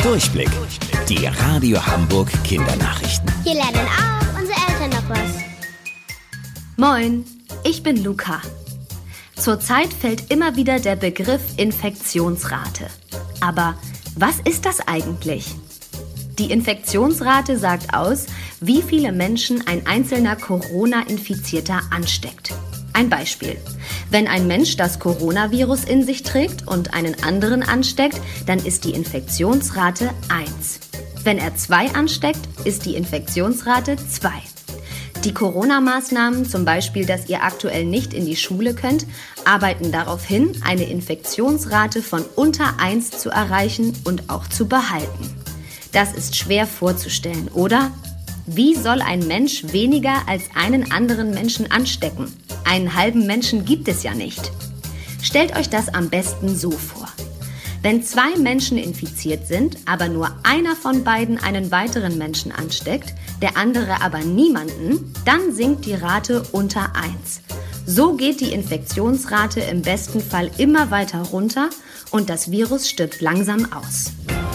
Durchblick. Die Radio Hamburg Kindernachrichten. Hier lernen auch unsere Eltern noch was. Moin, ich bin Luca. Zurzeit fällt immer wieder der Begriff Infektionsrate. Aber was ist das eigentlich? Die Infektionsrate sagt aus, wie viele Menschen ein einzelner Corona-Infizierter ansteckt. Ein Beispiel. Wenn ein Mensch das Coronavirus in sich trägt und einen anderen ansteckt, dann ist die Infektionsrate 1. Wenn er 2 ansteckt, ist die Infektionsrate 2. Die Corona-Maßnahmen, zum Beispiel, dass ihr aktuell nicht in die Schule könnt, arbeiten darauf hin, eine Infektionsrate von unter 1 zu erreichen und auch zu behalten. Das ist schwer vorzustellen, oder? Wie soll ein Mensch weniger als einen anderen Menschen anstecken? Einen halben Menschen gibt es ja nicht. Stellt euch das am besten so vor. Wenn 2 Menschen infiziert sind, aber nur einer von beiden einen weiteren Menschen ansteckt, der andere aber niemanden, dann sinkt die Rate unter 1. So geht die Infektionsrate im besten Fall immer weiter runter und das Virus stirbt langsam aus.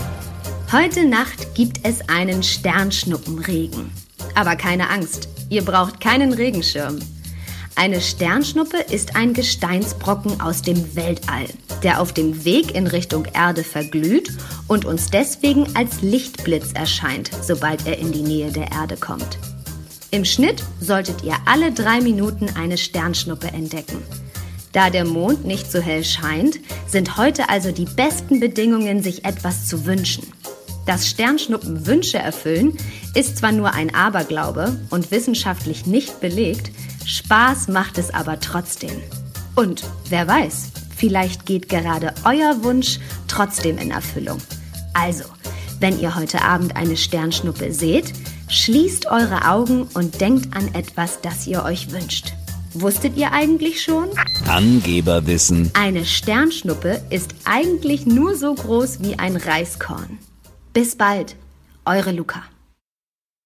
Heute Nacht gibt es einen Sternschnuppenregen. Aber keine Angst, ihr braucht keinen Regenschirm. Eine Sternschnuppe ist ein Gesteinsbrocken aus dem Weltall, der auf dem Weg in Richtung Erde verglüht und uns deswegen als Lichtblitz erscheint, sobald er in die Nähe der Erde kommt. Im Schnitt solltet ihr alle 3 Minuten eine Sternschnuppe entdecken. Da der Mond nicht so hell scheint, sind heute also die besten Bedingungen, sich etwas zu wünschen. Dass Sternschnuppen Wünsche erfüllen, ist zwar nur ein Aberglaube und wissenschaftlich nicht belegt, Spaß macht es aber trotzdem. Und wer weiß, vielleicht geht gerade euer Wunsch trotzdem in Erfüllung. Also, wenn ihr heute Abend eine Sternschnuppe seht, schließt eure Augen und denkt an etwas, das ihr euch wünscht. Wusstet ihr eigentlich schon? Angeberwissen. Eine Sternschnuppe ist eigentlich nur so groß wie ein Reiskorn. Bis bald, eure Luca.